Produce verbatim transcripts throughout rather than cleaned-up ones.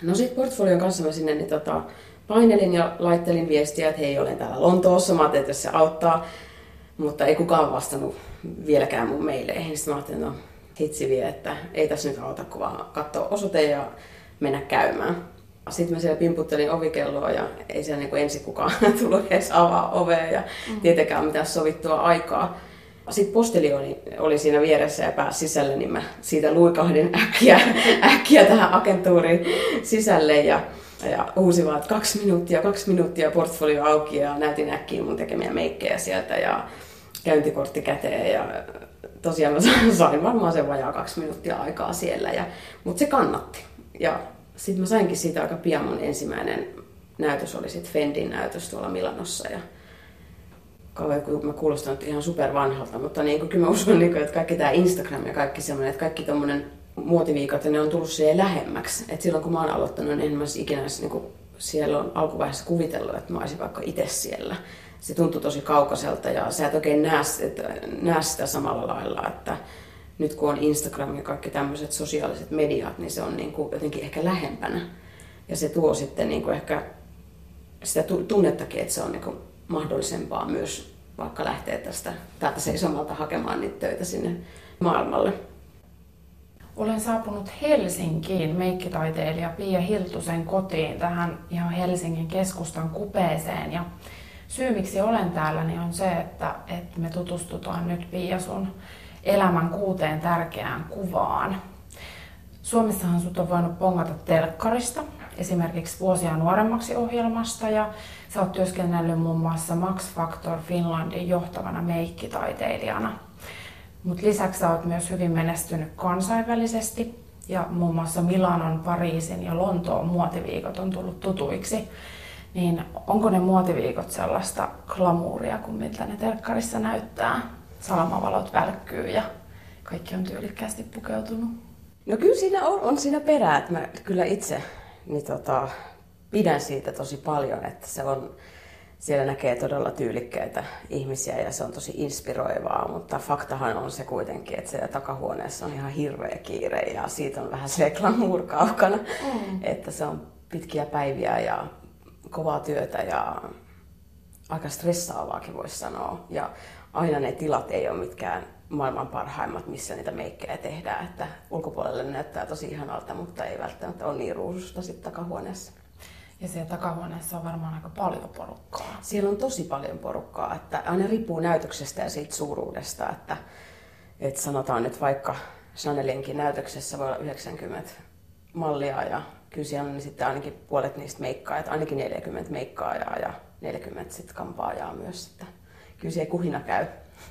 No sit portfolion kanssa mä sinne niin tota, painelin ja laittelin viestiä, että hei, olen täällä Lontoossa, mä ajattelin, että jos se auttaa, mutta ei kukaan vastannut vieläkään mun maileihin. Sitten mä ajattelin, no hitsi vie, että ei tässä nyt auta, kun vaan katsoa osoite ja mennä käymään. Sitten mä siellä pimputtelin ovikelloa ja ei siellä niin ensin kukaan tullut edes avaa ovea ja mm. tietenkään mitään sovittua aikaa. Sitten postilioni oli siinä vieressä ja pääsi sisälle, niin mä siitä luikahdin äkkiä, äkkiä tähän agentuuriin sisälle ja, ja huusin vaan, että kaksi minuuttia, kaksi minuuttia portfolio auki ja näytin äkkiä mun tekemiä meikkejä sieltä ja käyntikortti käteen ja tosiaan mä sain varmaan sen vajaa kaksi minuuttia aikaa siellä, ja, mutta se kannatti. Ja sitten mä sainkin siitä aika pian, mun ensimmäinen näytös oli sitten Fendin näytös tuolla Milanossa. Ja kauan kun mä kuulostan nyt ihan supervanhalta, mutta niin kyllä mä uskon, että kaikki tämä Instagram ja kaikki semmoinen, että kaikki tommonen muotiviikot, ne on tullut siihen lähemmäksi. Et silloin kun mä oon aloittanut, niin en mä ikinä niin siellä on alkuvaiheessa kuvitellut, että mä olisin vaikka itse siellä. Se tuntui tosi kaukaiselta ja sä et oikein näe, näe sitä samalla lailla, että nyt kun on Instagram ja kaikki tämmöiset sosiaaliset mediat, niin se on niin kuin jotenkin ehkä lähempänä. Ja se tuo sitten niin kuin ehkä sitä tunnettakin, että se on niin kuin mahdollisempaa myös vaikka lähteä tästä täältä seisomalta hakemaan niitä töitä sinne maailmalle. Olen saapunut Helsinkiin meikkitaiteilija Pia Hiltusen kotiin tähän ihan Helsingin keskustan kupeeseen. Ja syy miksi olen täällä niin on se, että, että me tutustutaan nyt Pia sun elämän kuuteen tärkeään kuvaan. Suomessahan sut on voinut pongata telkkarista, esimerkiksi Vuosia nuoremmaksi -ohjelmasta, ja sä oot työskennellyt muun muassa Max Factor Finlandin johtavana meikkitaiteilijana. Mut lisäksi sä oot myös hyvin menestynyt kansainvälisesti, ja muun muassa Milanon, Pariisin ja Lontoon muotiviikot on tullut tutuiksi. Niin onko ne muotiviikot sellaista glamuuria kuin miltä ne telkkarissa näyttää? Salamavalot välkkyy ja kaikki on tyylikkäästi pukeutunut. No kyllä siinä on, on siinä perää, että mä kyllä itse niin tota, pidän siitä tosi paljon, että se on, siellä näkee todella tyylikkäitä ihmisiä ja se on tosi inspiroivaa, mutta faktahan on se kuitenkin, että siellä takahuoneessa on ihan hirveä kiire ja siitä on vähän se glamour kaukana, mm. että se on pitkiä päiviä ja kovaa työtä ja aika stressaavaakin voisi sanoa. Ja aina ne tilat ei ole mitkään maailman parhaimmat, missä niitä meikkejä tehdään. Että ulkopuolelle näyttää tosi ihanalta, mutta ei välttämättä ole niin ruususta sitten takahuoneessa. Ja siellä takahuoneessa on varmaan aika paljon porukkaa. Siellä on tosi paljon porukkaa. Että aina riippuu näytöksestä ja siitä suuruudesta. Että, että sanotaan nyt vaikka Chanelinkin näytöksessä voi olla yhdeksänkymmentä mallia ja kyllä siellä on sitten ainakin puolet niistä meikkaajat, ainakin neljäkymmentä meikkaajaa ja neljäkymmentä sitten kampaajaa myös. Että kyllä siellä kuhina käy.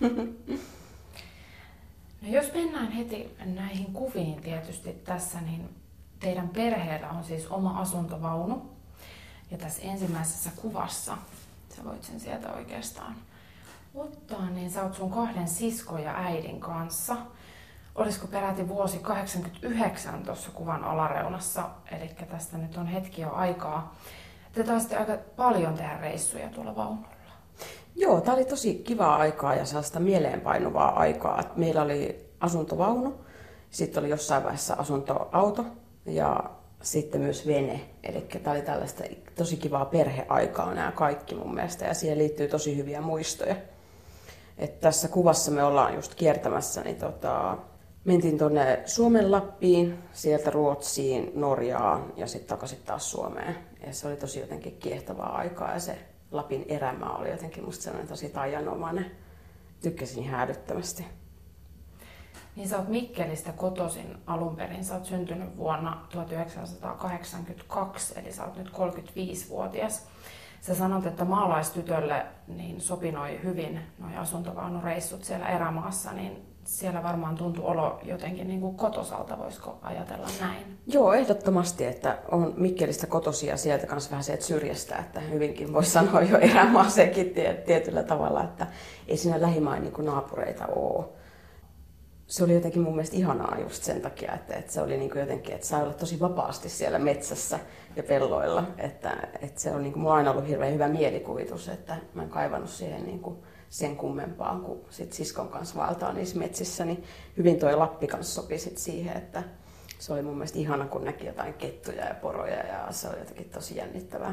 No jos mennään heti näihin kuviin tietysti tässä, niin teidän perheellä on siis oma asuntovaunu. Ja tässä ensimmäisessä kuvassa, sä voit sen sieltä oikeastaan ottaa, niin sä oot sun kahden siskon ja äidin kanssa. Olisiko peräti vuosi kahdeksankymmentäyhdeksän tuossa kuvan alareunassa, eli tästä nyt on hetki jo aikaa. Te taisitte aika paljon tehdä reissuja tuolla vaunulla. Joo, tää oli tosi kivaa aikaa ja sellaista mieleenpainuvaa aikaa. Meillä oli asuntovaunu, sitten oli jossain vaiheessa asuntoauto ja sitten myös vene. Eli tää oli tällaista tosi kivaa perheaikaa nämä kaikki mun mielestä ja siihen liittyy tosi hyviä muistoja. Et tässä kuvassa me ollaan just kiertämässä, niin tota, mentiin tuonne Suomen Lappiin, sieltä Ruotsiin, Norjaan ja sitten takaisin taas Suomeen. Ja se oli tosi jotenkin kiehtovaa aikaa ja se Lapin erämaa oli jotenkin musta sellainen tosi taianomainen. Tykkäsin ihan älyttömästi. Niin sä oot Mikkelistä kotoisin alun perin. Sä oot syntynyt vuonna tuhatyhdeksänsataakahdeksankymmentäkaksi, eli sä oot nyt kolmekymmentäviisivuotias. Sä sanot, että maalaistytölle niin sopi noi hyvin noi asuntovaunureissut siellä erämaassa, niin siellä varmaan tuntui olo jotenkin niin kuin kotosalta, voisiko ajatella näin? Joo, ehdottomasti, että on Mikkelistä kotoisin ja sieltä kanssa vähän se, että syrjästä, että hyvinkin voisi sanoa jo erämaaseenkin tietyllä tavalla, että ei siinä lähimain niin kuin naapureita ole. Se oli jotenkin mun mielestä ihanaa just sen takia, että, että se oli niin kuin jotenkin, että sai olla tosi vapaasti siellä metsässä ja pelloilla, että, että se on niin kuin, mulla on aina ollut hirveän hyvä mielikuvitus, että mä en kaivannut siihen niin kuin sen kummempaa, kun sit siskon kanssa vaeltaa niissä metsissä, niin hyvin toi Lappi kanssa sopi sit siihen, että se oli mun mielestä ihana, kun näki jotain kettuja ja poroja ja se oli jotenkin tosi jännittävää.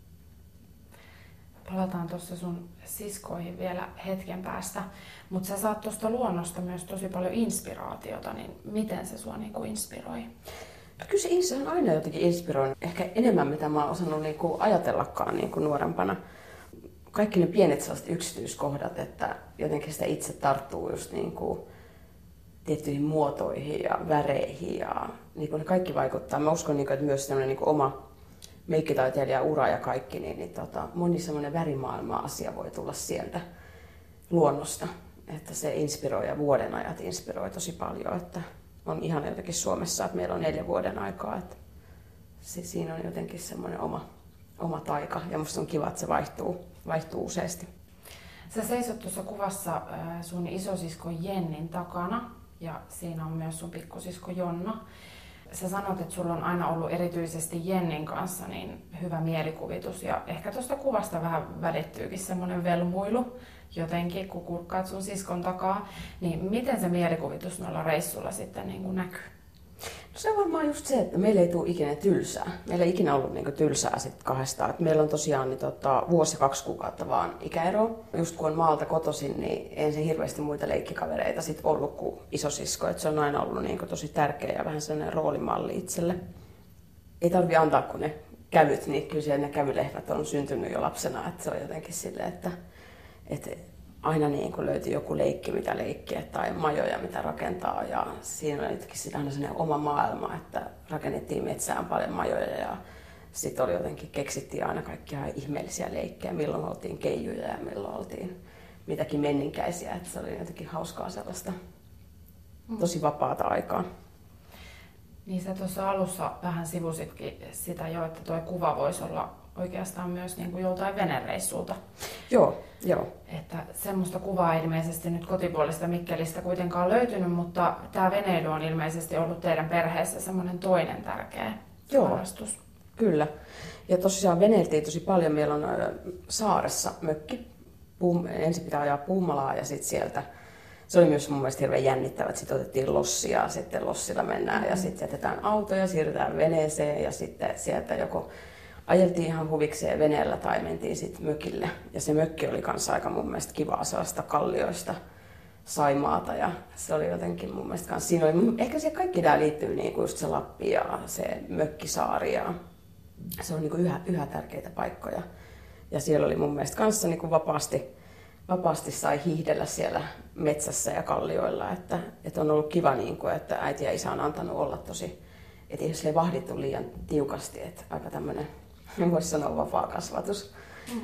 Palataan tuossa sun siskoihin vielä hetken päästä, mutta sä saat tuosta luonnosta myös tosi paljon inspiraatiota, niin miten se sua niinku inspiroi? No kyllä se on aina jotenkin inspiroinut, ehkä enemmän mitä mä oon osannut niinku ajatellakaan niinku nuorempana. Kaikki ne pienet sellaiset yksityiskohdat, että jotenkin sitä itse tarttuu just niinku tiettyihin muotoihin ja väreihin ja niinku ne kaikki vaikuttaa. Mä uskon, niinku, että myös tämmöinen niinku oma meikkitaiteilija ura ja kaikki, niin, niin tota, moni semmoinen värimaailma-asia voi tulla sieltä luonnosta. Että se inspiroi ja vuodenajat inspiroi tosi paljon. Että on ihan jotenkin Suomessa, että meillä on neljä vuoden aikaa. Että se, siinä on jotenkin semmoinen oma, oma taika ja musta on kiva, että se vaihtuu, vaihtuu useasti. Sä seisot tuossa kuvassa sun isosisko Jennin takana ja siinä on myös sun pikkusisko Jonna. Sä sanot, että sulla on aina ollut erityisesti Jennin kanssa niin hyvä mielikuvitus ja ehkä tuosta kuvasta vähän välittyykin semmoinen velmuilu jotenkin, kun kurkkaat sun siskon takaa. Niin miten se mielikuvitus noilla reissulla sitten niin kuin näkyy? No se on varmaan just se, että meillä ei tule ikinä tylsää. Meillä ei ikinä ollut niin kuin tylsää sit kahdestaan. Et meillä on tosiaan niin tota, vuosi ja kaksi kuukautta vaan ikäero. Just kun on maalta kotoisin, niin ei se hirveästi muita leikkikavereita sit ollut kuin isosisko. Et se on aina ollut niin kuin tosi tärkeä ja vähän sellainen roolimalli itselle. Ei tarvitse antaa, kun ne kävyt, niin kyllä siellä ne kävylehmät on syntynyt jo lapsena. Et se on jotenkin silleen, että, että aina niin kuin löytyi joku leikki, mitä leikkiä tai majoja, mitä rakentaa. Ja siinä oli jotenkin aina sellainen oma maailma, että rakennettiin metsään paljon majoja ja sitten oli jotenkin, keksittiin aina kaikkia ihmeellisiä leikkejä, milloin oltiin keijuja ja milloin oltiin mitäkin menninkäisiä. Että se oli jotenkin hauskaa sellaista, tosi vapaata aikaa. Niin sä tuossa alussa vähän sivusitkin sitä jo, että tuo kuva voisi olla oikeastaan myös niin kuin joltain venereissulta. Joo, joo. Että semmoista kuvaa ilmeisesti nyt kotipuolista Mikkelistä kuitenkaan löytynyt, mutta tämä veneily on ilmeisesti ollut teidän perheessä semmoinen toinen tärkeä Joo, harrastus. Kyllä. Ja tosiaan veneiltiin tosi paljon. Meillä on saaressa mökki. Puum, ensin pitää ajaa Puumalaa ja sitten sieltä. Se oli myös mun mielestä hirveän jännittävää, että sitten otettiin lossia ja sitten lossilla mennään mm-hmm. ja sitten jätetään auto ja siirrytään veneeseen ja sitten sieltä joko ajeltiin ihan huvikseen veneellä tai mentiin sitten mökille. Ja se mökki oli kanssa aika mun mielestä kivaa sellaista kallioista Saimaata ja se oli jotenkin mun mielestä kanssa, siinä oli, ehkä se kaikki tää liittyy niinku just se Lappi ja se mökkisaari ja se on niinku yhä, yhä tärkeitä paikkoja. Ja siellä oli mun mielestä kanssa niinku vapaasti, vapaasti sai hiihdellä siellä metsässä ja kallioilla, että, että on ollut kiva, niinku, että äiti ja isä on antanut olla tosi, että ei ole vahdittu liian tiukasti, että aika tämmöinen, voisi sanoa vapaa kasvatus. Mm.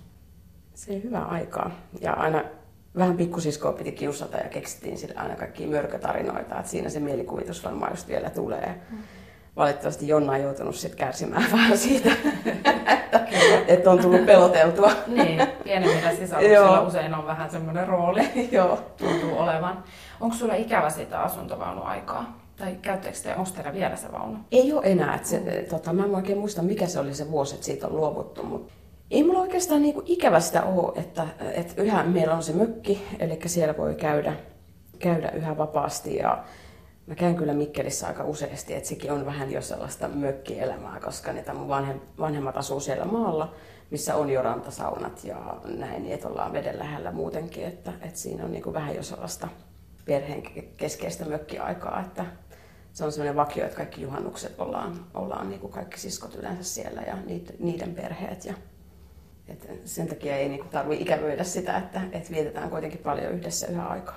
Se oli hyvää aikaa ja aina vähän pikkusiskoa piti kiusata ja keksittiin sille aina kaikkia mörkötarinoita, että siinä se mielikuvitus varmaan just vielä tulee. Mm. Valitettavasti Jonna on joutunut sit kärsimään vähän siitä, että, että on tullut peloteltua. Niin, pienemmillä sisaruksilla usein on vähän semmoinen rooli, Joo. tuntuu olevan. Onko sulla ikävä sitä asuntovaunuaikaa? Tai käyttekö te, onko teillä vielä se vaunu? Ei ole enää. Että se, tota, mä en oikein muista, mikä se oli se vuosi, että siitä on luovuttu. Mutta ei mulla oikeastaan niinku ikävä sitä ole, että, että yhä meillä on se mökki, eli siellä voi käydä, käydä yhä vapaasti. Ja mä käyn kyllä Mikkelissä aika useasti, että sekin on vähän jo sellaista mökkielämää, koska niitä mun vanhem, vanhemmat asuu siellä maalla, missä on jo rantasaunat ja näin, niin että ollaan veden lähellä muutenkin, että, että siinä on niinku vähän jo sellaista perheen keskeistä mökkiaikaa, että se on sellainen vakio, että kaikki juhannukset ollaan, ollaan niin kuin kaikki siskot yleensä siellä ja niiden perheet. Ja, et sen takia ei niin tarvitse ikävöidä sitä, että, että vietetään kuitenkin paljon yhdessä yhä aikaa.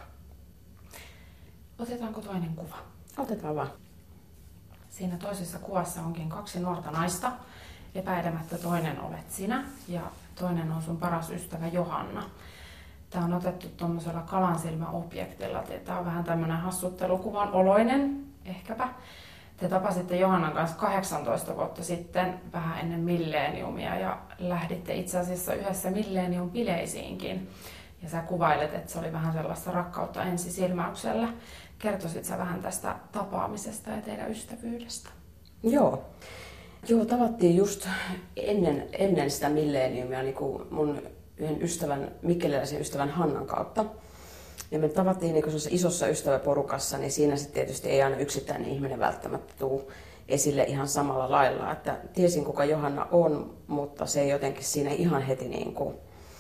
Otetaanko toinen kuva? Otetaan vaan. Siinä toisessa kuvassa onkin kaksi nuorta naista. Epäilemättä toinen olet sinä ja toinen on sun paras ystävä Johanna. Tämä on otettu tuommoisella kalansilmäobjektilla. Tämä on vähän tämmöinen hassuttelukuvan oloinen, ehkäpä. Te tapasitte Johannan kanssa kahdeksantoista vuotta sitten, vähän ennen milleniumia, ja lähditte itse asiassa yhdessä millennium-bileisiinkin. Ja sä kuvailet, että se oli vähän sellaista rakkautta ensisilmäyksellä. Kertoisit sä vähän tästä tapaamisesta ja teidän ystävyydestä? Joo. Joo, tavattiin just ennen, ennen sitä milleniumia niin kuin mun yhden ystävän, mikkeliläisen ystävän Hannan kautta. Ja me tavattiin niin isossa ystäväporukassa, niin siinä sitten tietysti ei aina yksittäinen ihminen välttämättä tule esille ihan samalla lailla. Että tiesin, kuka Johanna on, mutta se ei jotenkin siinä ihan heti niin kuin,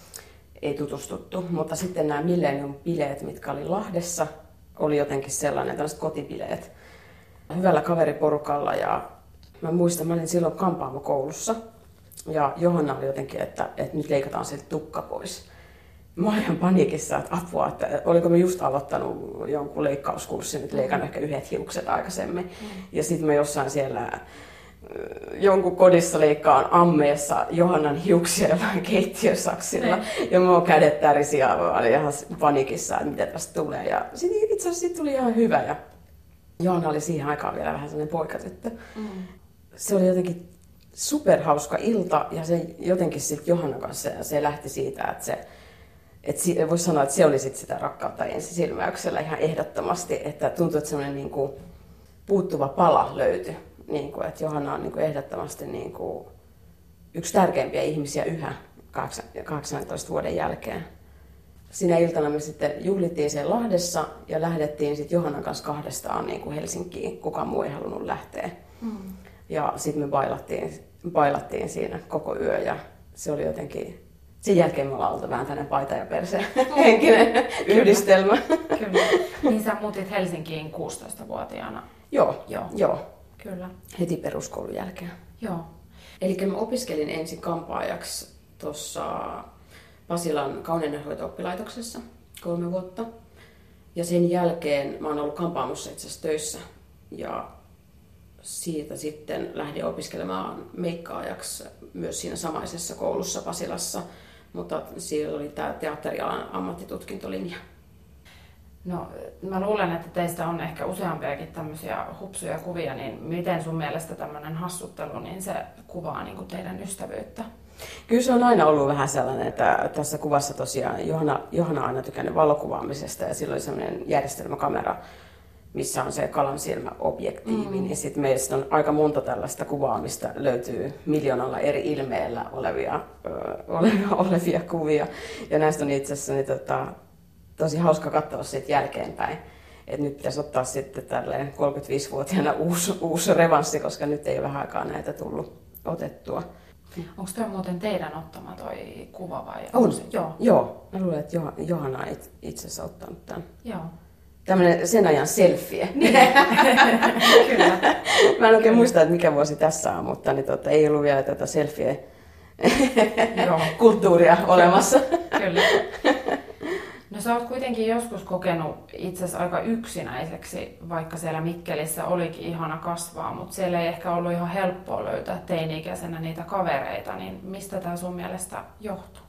ei tutustuttu. Mutta sitten nämä Millennium-bileet, mitkä oli Lahdessa, oli jotenkin sellainen, tällaiset kotibileet. Hyvällä kaveriporukalla ja mä muistan, mä olin silloin kampaamokoulussa ja Johanna oli jotenkin, että, että nyt leikataan sieltä tukka pois. Mä olin ihan paniikissa, että apua, että oliko mä just aloittanut jonkun leikkauskurssin, nyt leikannut ehkä yhdet hiukset aikaisemmin. Mm. Ja sitten mä jossain siellä jonkun kodissa leikkaan ammeessa Johannan hiuksia jollain keittiösaksilla. Mm. Ja mä oon kädet tärisi ja mä olin ihan paniikissa, että mitä tästä tulee. Ja sitten itse asiassa siitä tuli ihan hyvä. Ja Johanna oli siihen aikaan vielä vähän sellainen poikatyttö. Mm. Se oli jotenkin superhauska ilta ja se jotenkin sitten Johannan kanssa se lähti siitä, että se että voisi sanoa, että se oli sitten sitä rakkautta ensisilmäyksellä ihan ehdottomasti, että tuntui, että semmoinen niin kuin puuttuva pala löytyi. Niin kuin, että Johanna on niin kuin ehdottomasti niin kuin yksi tärkeimpiä ihmisiä yhä kahdeksantoista vuoden jälkeen. Sinä iltana me sitten juhlittiin siellä Lahdessa ja lähdettiin sitten Johannan kanssa kahdestaan niin kuin Helsinkiin. Kukaan muu ei halunnut lähteä. Mm. Ja sitten me bailattiin, bailattiin siinä koko yö ja se oli jotenkin... Sen jälkeen me ollaan oltu vähän tämmöinen paita ja perse henkinen yhdistelmä. Kyllä. Niin sä muutit Helsinkiin kuusitoistavuotiaana? Joo, joo. joo. Kyllä. Heti peruskoulun jälkeen. Joo. Eli mä opiskelin ensin kampaajaksi tuossa Pasilan kauneudenhoito-oppilaitoksessa kolme vuotta. Ja sen jälkeen mä oon ollut kampaamossa itse asiassa töissä. Ja siitä sitten lähdin opiskelemaan meikkaajaksi myös siinä samaisessa koulussa Pasilassa. Mutta siellä oli tämä teatterialan ammattitutkintolinja. No, mä luulen, että teistä on ehkä useampiakin tämmöisiä hupsuja kuvia, niin miten sun mielestä tämmöinen hassuttelu, niin se kuvaa niin kuin teidän ystävyyttä? Kyllä se on aina ollut vähän sellainen, että tässä kuvassa tosiaan Johanna, Johanna on aina tykännyt valokuvaamisesta ja sillä oli sellainen järjestelmäkamera, missä on se kalansilmäobjektiivi, mm. niin sitten meistä on aika monta tällaista kuvaa, mistä löytyy miljoonalla eri ilmeellä olevia, ö, olevia, olevia kuvia. Ja näistä on itse asiassa niin, tota, tosi hauska katsoa siitä jälkeenpäin. Et nyt pitäisi ottaa sitten tälleen kolmekymmentäviisivuotiaana uusi, uusi revanssi, koska nyt ei ole vähän aikaa näitä tullut otettua. Onko tuo muuten teidän ottama toi kuva vai? On, joo. joo. Mä luulen, että Johanna on itse asiassa ottanut tämän. Joo. Tämmöinen sen ajan selfie. Niin. Kyllä. Mä en oikein muista, että mikä vuosi tässä on, mutta niin, tota, ei ollut vielä tätä selfie-kulttuuria olemassa. Kyllä. No sä oot kuitenkin joskus kokenut itsesi aika yksinäiseksi, vaikka siellä Mikkelissä olikin ihana kasvaa, mutta siellä ei ehkä ollut ihan helppoa löytää teini-ikäisenä niitä kavereita, niin mistä tää sun mielestä johtuu?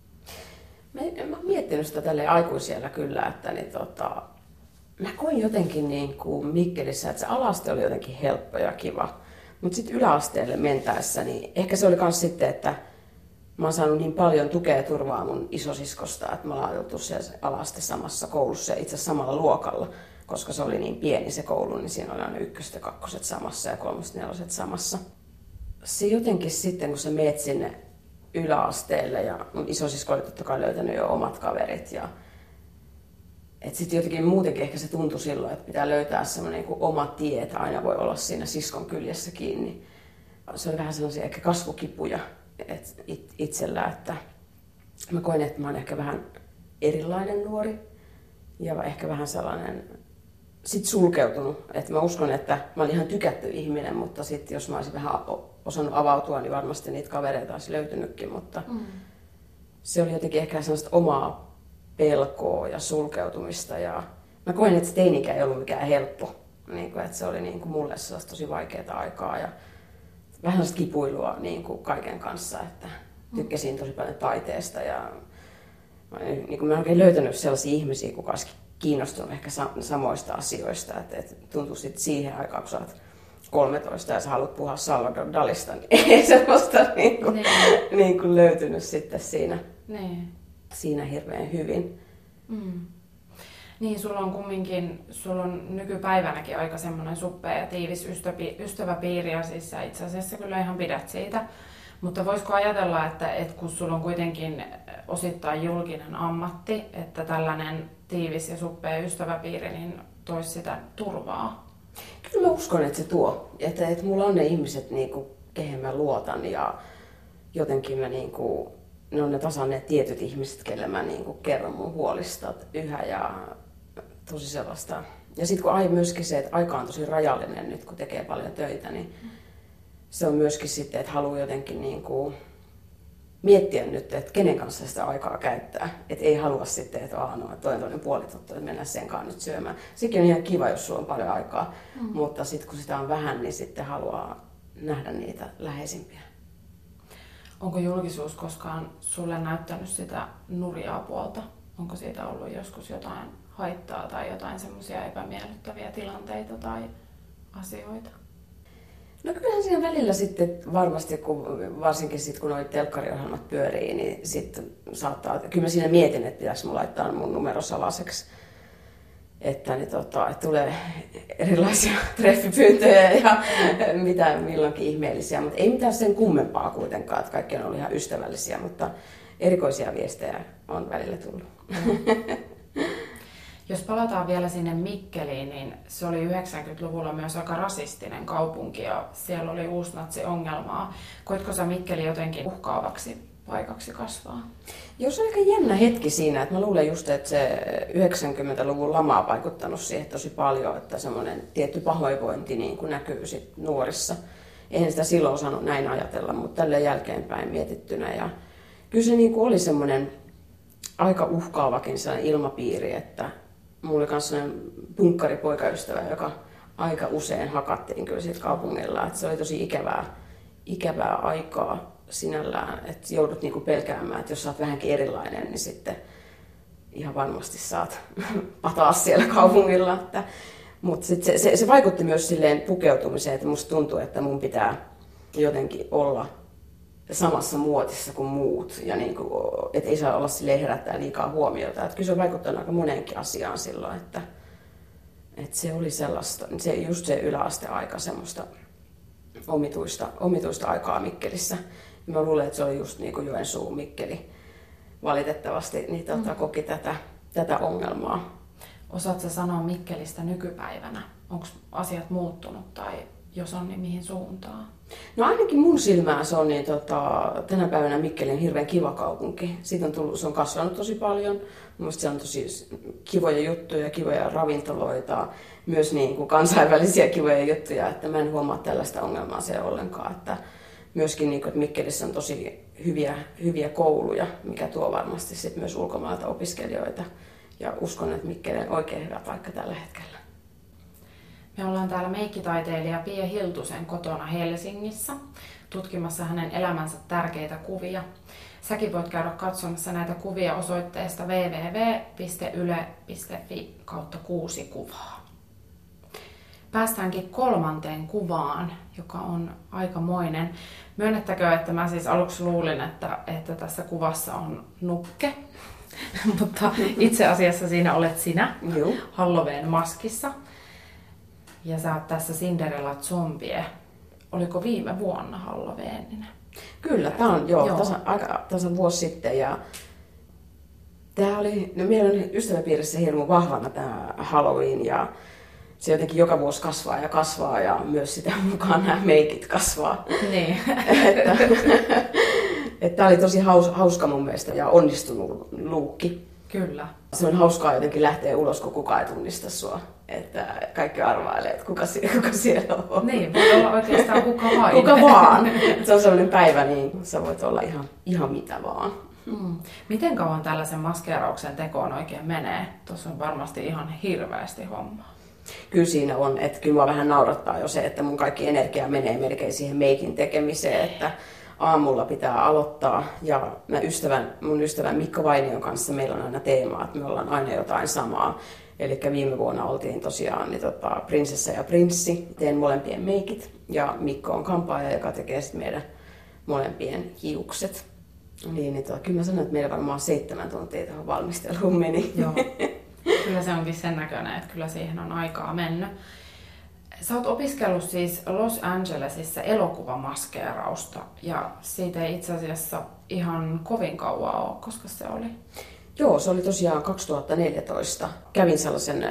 Mä, mä oon miettinyt sitä tälleen aikuisiellä kyllä, että niin, tota, mä koin jotenkin niin kuin Mikkelissä, että se alaste oli jotenkin helppo ja kiva, mutta sitten yläasteelle mentäessä, niin ehkä se oli myös sitten, että mä oon saanut niin paljon tukea ja turvaa mun isosiskosta, että me ollaan oltu siellä ala-aste samassa koulussa ja itse asiassa samalla luokalla, koska se oli niin pieni se koulu, niin siinä oli aina ykköset ja kakkoset samassa ja kolmoset neloset samassa. Se jotenkin sitten, kun sä meet sinne yläasteelle ja mun isosisko oli totta kai löytänyt jo omat kaverit ja että sitten jotenkin muutenkin ehkä se tuntui silloin, että pitää löytää semmoinen niin oma tie, että aina voi olla siinä siskon kyljessä kiinni. Se oli vähän sellaisia ehkä kasvukipuja et itsellä, että mä koin, että mä oon ehkä vähän erilainen nuori ja ehkä vähän sellainen sit sulkeutunut. Että mä uskon, että mä olin ihan tykätty ihminen, mutta sitten jos mä olisin vähän osannut avautua, niin varmasti niitä kavereita olisi löytynytkin, mutta mm. se oli jotenkin ehkä sellaista omaa pelkoa ja sulkeutumista ja mä koin, että se teini-ikä ei ollut mikään helppo. Niin kuin, että se oli niin kuin mulle sellaista tosi vaikeaa aikaa ja vähän sellaista kipuilua niin kuin kaiken kanssa, että tykkäsin tosi paljon taiteesta ja mä en, niin kuin mä en oikein löytänyt sellaisia ihmisiä, kuka olisi kiinnostunut ehkä samoista asioista. Että, että tuntui sitten siihen aikaan, kun sä oot kolmetoista ja sä haluat puhua Salvador Dalista, niin ei semmoista niin kuin, niin. Niin kuin löytynyt sitten siinä, niin. siinä hirveän hyvin. Mm. Niin, sulla on kumminkin, sulla on nykypäivänäkin aika semmoinen suppea ja tiivis ystävi, ystäväpiiri ja siis sä itse asiassa kyllä ihan pidät siitä. Mutta voisiko ajatella, että, että kun sulla on kuitenkin osittain julkinen ammatti, että tällainen tiivis ja suppea ystäväpiiri niin toisi sitä turvaa? Kyllä mä uskon, että se tuo. Että, että mulla on ne ihmiset, niin kuin, kehen mä luotan ja jotenkin mä, niin kuin, ne on ne tasan ne tietyt ihmiset, kelle mä niin kuin, kerron mun huolista yhä ja tosi sellaista. Ja sitten kun ai myöskin se, että aika on tosi rajallinen nyt, kun tekee paljon töitä, niin se on myöskin sitten, että haluaa jotenkin niin kuin miettiä nyt, että kenen kanssa sitä aikaa käyttää. Että ei halua sitten, että aah, no, toinen toinen puolitottu, että mennään sen kanssa nyt syömään. Sekin on ihan kiva, jos sulla on paljon aikaa, mm. mutta sitten kun sitä on vähän, niin sitten haluaa nähdä niitä läheisimpiä. Onko julkisuus koskaan sulle näyttänyt sitä nurjaa puolta? Onko siitä ollut joskus jotain haittaa tai jotain semmoisia epämiellyttäviä tilanteita tai asioita? No kyllähän siinä välillä sitten varmasti, kun, varsinkin sitten kun nuo telkkariohjelmat pyörii, niin sitten saattaa, kyllä mä siinä mietin, että pitäisi mun laittaa mun numero salaiseksi, että, niin tota, että tulee erilaisia treffipyyntöjä ja mitä milloinkin ihmeellisiä, mutta ei mitään sen kummempaa kuitenkaan, että kaikki on ollut ihan ystävällisiä, mutta erikoisia viestejä on välillä tullut. Jos palataan vielä sinne Mikkeliin, niin se oli yhdeksänkymmentäluvulla myös aika rasistinen kaupunki ja siellä oli uusnatsi-ongelmaa. Koitko sä Mikkeli jotenkin uhkaavaksi paikaksi kasvaa? Joo, se on aika jännä hetki siinä, että mä luulen just, että se yhdeksänkymmentäluvun lama on vaikuttanut siihen tosi paljon, että semmoinen tietty pahoinvointi niin kuin näkyy sit nuorissa. Eihän sitä silloin osannut näin ajatella, mutta tälle jälkeenpäin mietittynä. Ja kyllä se niin kuin oli semmoinen aika uhkaavakin sellainen ilmapiiri, että mulla oli myös sellainen punkkaripoikaystävä, joka aika usein hakattiin kyllä siitä kaupungilla. Että se oli tosi ikävää, ikävää aikaa sinällään, että joudut niinku pelkäämään, että jos sä oot vähänkin erilainen, niin sitten ihan varmasti saat pataa siellä kaupungilla. Että, mutta sit se, se, se vaikutti myös silleen pukeutumiseen, että musta tuntuu, että mun pitää jotenkin olla samassa muotissa kuin muut, ja niin kuin, et ei saa olla silleen herättää liikaa huomiota. Et kyllä se on vaikuttanut aika moneenkin asiaan silloin, että, että se oli sellaista, se, just se yläasteaika semmoista omituista, omituista aikaa Mikkelissä. Ja mä luulen, että se oli just niin kuin Joensuu, Mikkeli valitettavasti, niin tota, mm. koki tätä, tätä ongelmaa. Osaatko sanoa Mikkelistä nykypäivänä? Onko asiat muuttunut tai jos on, niin mihin suuntaan? No ainakin mun silmään se on niin, tota, tänä päivänä Mikkeli on hirveän kiva kaupunki. Siitä on tullut, se on kasvanut tosi paljon. Mielestäni se on tosi kivoja juttuja, kivoja ravintoloita, myös niin kuin kansainvälisiä kivoja juttuja. Että mä en huomaa tällaista ongelmaa siellä ollenkaan. Että myöskin niin kuin, että Mikkelissä on tosi hyviä, hyviä kouluja, mikä tuo varmasti sit myös ulkomailta opiskelijoita. Ja uskon, että Mikkeli on oikein hyvä paikka tällä hetkellä. Me ollaan täällä meikkitaiteilija Pia Hiltusen kotona Helsingissä tutkimassa hänen elämänsä tärkeitä kuvia. Säkin voit käydä katsomassa näitä kuvia osoitteesta double-u double-u double-u piste yle piste fi kautta kuusi kuvaa. Päästäänkin kolmanteen kuvaan, joka on aikamoinen. Myönnettäkö, että mä siis aluksi luulin, että, että tässä kuvassa on nukke, mutta itse asiassa siinä olet sinä Halloween maskissa. Ja sä oot tässä Cinderella zombie. Oliko viime vuonna Halloweenina? Kyllä, tää on joo, joo. Tasan, aika tasan vuosi sitten. Ja tää oli, no meillä on ystäväpiirissä hirmu vahvana tää Halloween ja se jotenkin joka vuosi kasvaa ja kasvaa ja myös sitä mukaan nämä meikit kasvaa. Niin. että, että tää oli tosi haus, hauska mun mielestä ja onnistunut luukki. Kyllä. Se on hauskaa jotenkin lähteä ulos, kun kukaan ei tunnista sua. Että kaikki arvailee, että kuka, kuka siellä on. Niin, voi olla oikeastaan kuka vain. Kuka vaan. Se on sellainen päivä, niin sä voit olla ihan, ihan mitä vaan. Hmm. Miten kauan tällaisen maskeerauksen tekoon oikein menee? Tuossa on varmasti ihan hirveästi hommaa. Kyllä siinä on, että kyllä mua vähän naurattaa jo se, että mun kaikki energia menee melkein siihen meikin tekemiseen, että aamulla pitää aloittaa ja mä ystävän, mun ystävän Mikko Vainion kanssa meillä on aina teema, että me ollaan aina jotain samaa. Eli viime vuonna oltiin tosiaan niin tota, prinsessa ja prinssi, teen molempien meikit ja Mikko on kampaaja, joka tekee sitten meidän molempien hiukset. Niin, niin tota, kyllä mä sanon, että meillä varmaan seitsemän tuntia tuohon valmisteluun meni. Joo. Kyllä se onkin sen näköinen, että kyllä siihen on aikaa mennyt. Sä oot opiskellut siis Los Angelesissa elokuvamaskeerausta ja siitä ei itse asiassa ihan kovin kauan ole, koska se oli? Joo, se oli tosiaan kaksituhattaneljätoista. Kävin sellaisen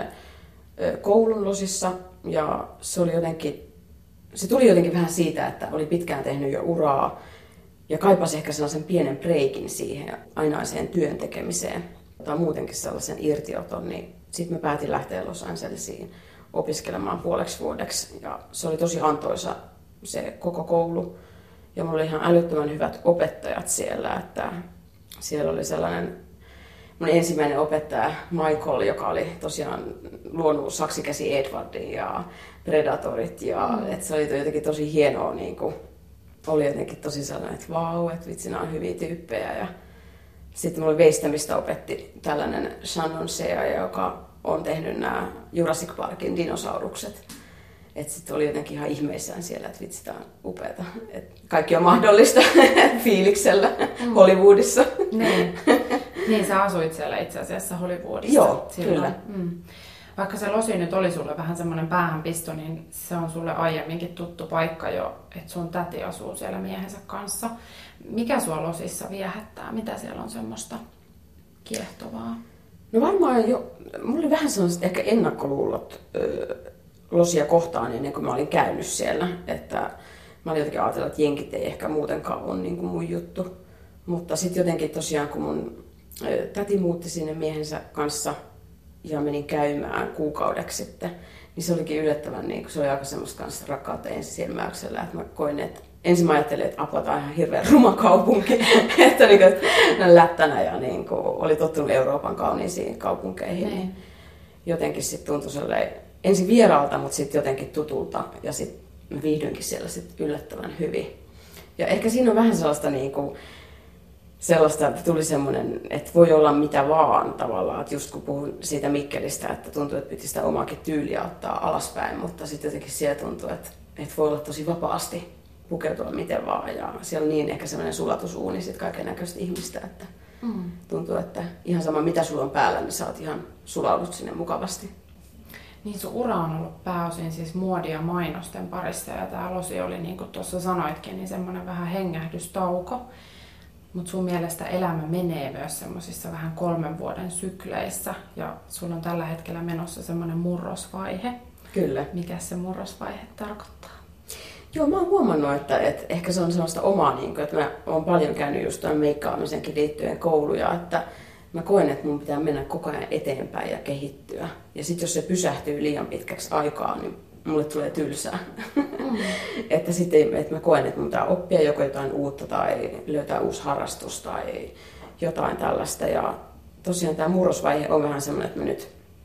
koulun Losissa ja se oli jotenkin, se tuli jotenkin vähän siitä, että oli pitkään tehnyt jo uraa ja kaipasi ehkä sellaisen pienen breikin siihen ainaiseen työn tekemiseen tai muutenkin sellaisen irtioton, niin sitten mä päätin lähteä Los Angelesiin opiskelemaan puoleksi vuodeksi ja se oli tosi antoisa se koko koulu ja mulla oli ihan älyttömän hyvät opettajat siellä, että siellä oli sellainen mun ensimmäinen opettaja Michael, joka oli tosiaan luonut Saksikäsi Edwardin ja Predatorit ja mm. että se oli jotenkin tosi hienoa, niin kuin, oli jotenkin tosi sellainen, että vau, että vitsi, nämä on hyviä tyyppejä ja sitten mulla veistämistä opetti tällainen Shannon Shea, joka on tehnyt nämä Jurassic Parkin dinosaurukset. Että sitten oli jotenkin ihan ihmeissään siellä, että vitsi, tää on upeata. Et kaikki on mahdollista fiiliksellä mm. Hollywoodissa. Niin. Niin, sä asuit siellä itse asiassa Hollywoodissa. Joo, silloin. kyllä. Mm. Vaikka se Losi nyt oli sulle vähän semmoinen päähänpisto, niin se on sulle aiemminkin tuttu paikka jo, että sun täti asuu siellä miehensä kanssa. Mikä sua Losissa viehättää? Mitä siellä on semmoista kiehtovaa? No varmaan jo, mulla oli vähän sellaiset ehkä ennakkoluulot ö, Losia kohtaan ennen kuin mä olin käynyt siellä. Että mä olin jotenkin ajatellut, että jenkit ei ehkä muutenkaan ole niin kuin mun juttu. Mutta sitten jotenkin tosiaan, kun mun ö, täti muutti sinne miehensä kanssa ja menin käymään kuukaudeksi sitten, niin se olikin yllättävän, niin kuin se oli aika semmoista kanssa rakkautta ensisilmäyksellä, että mä koin, että ensin mä ajattelin, että apua, tämä on ihan hirveän ruma kaupunki, että niin kuin, lättänä ja niin kuin, oli tottunut Euroopan kauniisiin kaupunkeihin. Niin. Jotenkin sitten tuntui sellainen, ensin vieraalta, mutta sitten jotenkin tutulta ja sitten mä viihdyinkin siellä sit yllättävän hyvin. Ja ehkä siinä on vähän sellaista, niin kuin, sellaista, että tuli semmoinen, että voi olla mitä vaan tavallaan, että just kun puhun siitä Mikkelistä, että tuntuu, että piti sitä omaakin tyyliä ottaa alaspäin, mutta sitten jotenkin siellä tuntuu, että, että voi olla tosi vapaasti pukeutua miten vaan ja siellä on niin ehkä semmoinen sulatusuuni sit kaiken näköistä ihmistä, että mm. tuntuu, että ihan sama mitä sulla on päällä, niin sä oot ihan sulaudut sinne mukavasti. Niin sun ura on ollut pääosin siis muodia ja mainosten parissa ja tää Losi oli niin kuin tuossa sanoitkin, niin semmoinen vähän hengähdystauko. Mutta sun mielestä elämä menee myös semmoisissa vähän kolmen vuoden sykleissä ja sulla on tällä hetkellä menossa semmoinen murrosvaihe. Kyllä. Mikä se murrosvaihe tarkoittaa? Joo, mä oon huomannut, että, että ehkä se on sellaista omaa, niin kuin, että mä oon paljon käynyt just tämän meikkaamisenkin liittyen kouluja, että mä koen, että mun pitää mennä koko ajan eteenpäin ja kehittyä. Ja sitten jos se pysähtyy liian pitkäksi aikaa, niin mulle tulee tylsää. Mm. että sitten että mä koen, että mun pitää oppia joko jotain uutta tai löytää uusi harrastus tai jotain tällaista. Ja tosiaan tämä murrosvaihe on vähän semmoinen, että mä nyt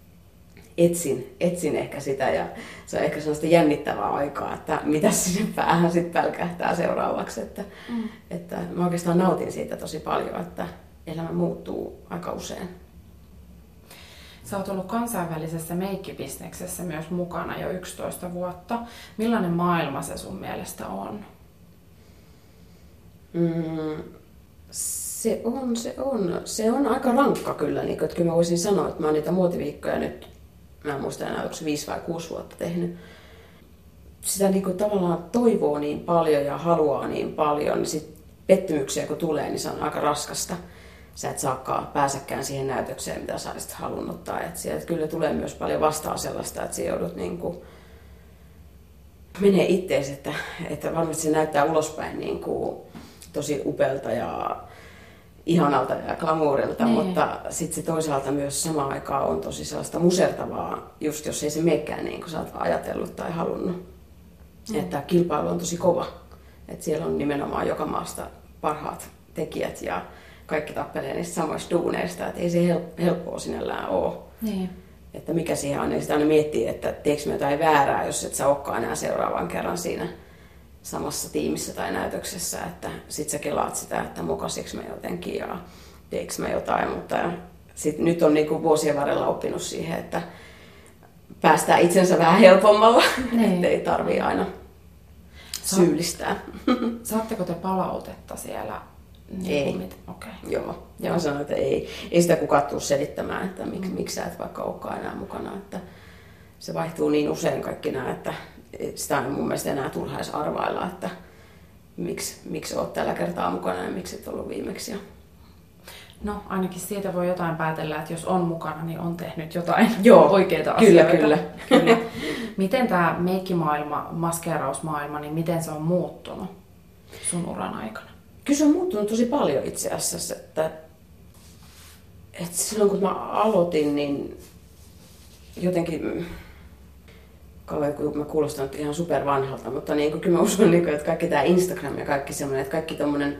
etsin, etsin ehkä sitä ja se on ehkä sellaista jännittävää aikaa, että mitä sinne päähän sitten pälkähtää seuraavaksi. Että, mm. että mä oikeastaan nautin siitä tosi paljon, että elämä muuttuu aika usein. Sä oot ollut kansainvälisessä meikkibisneksessä myös mukana jo yksitoista vuotta. Millainen maailma se sun mielestä on? Mm, se on, se on. Se on aika rankka kyllä. Niin, että kyllä mä voisin sanoa, että mä oon niitä muotiviikkoja nyt, mä en muista enää, onko se viisi vai kuusi vuotta tehnyt. Sitä niin kuin tavallaan toivoo niin paljon ja haluaa niin paljon, niin sit pettymyksiä kun tulee, niin se on aika raskasta. Sä et saakaan pääsekään siihen näytökseen, mitä sä olisit halunnut. Tai että sieltä kyllä tulee myös paljon vastaan sellaista, että sä joudut niin kuin menee ittees, että, että varmasti se näyttää ulospäin niin kuin tosi upealta ja ihanalta ja glamourilta, niin. Mutta sitten se toisaalta myös samaan aikaan on tosi sellaista musertavaa, just jos ei se meekään niin kuin sä oot ajatellut tai halunnut. Mm. Että kilpailu on tosi kova. Että siellä on nimenomaan joka maasta parhaat tekijät ja kaikki tappelee niistä samoista duuneista, että ei se helppoa sinällään ole. Niin. Että mikä siihen on, niin sitä aina miettii, että teekö me jotain väärää, jos et sä olekaan enää seuraavan kerran siinä samassa tiimissä tai näytöksessä, että sit sä kelaat sitä, että mokasiks mä jotenkin ja teekö mä jotain, mutta sit nyt on niinku vuosien varrella oppinut siihen, että päästään itsensä vähän helpommalla, niin. Ettei tarvii aina syyllistää. Saatteko te palautetta siellä? Ei. Mit... Okay. Joo. Ja mä sanoin, että ei, ei sitä kukaan tule selittämään, että miksi, mm. miksi sä et vaikka olekaan enää mukana. Että se vaihtuu niin usein kaikki nämä, että sitä on mun mielestä enää turhaisi arvailla, että miksi, miksi oot tällä kertaa mukana ja miksi et ollut viimeksi. No ainakin siitä voi jotain päätellä, että jos on mukana, niin on tehnyt jotain Joo, oikeita kyllä, asioita. Kyllä, kyllä. Miten tämä meikkimaailma, maskeerausmaailma, niin miten se on muuttunut sun uran aikana? Kyllä se on muuttunut tosi paljon itse asiassa. Että, että silloin kun mä aloitin, niin jotenkin, kauan kun mä kuulostan ihan supervanhalta, mutta niin kuin, kyllä mä uskon, että kaikki tämä Instagram ja kaikki semmoinen, että kaikki tommonen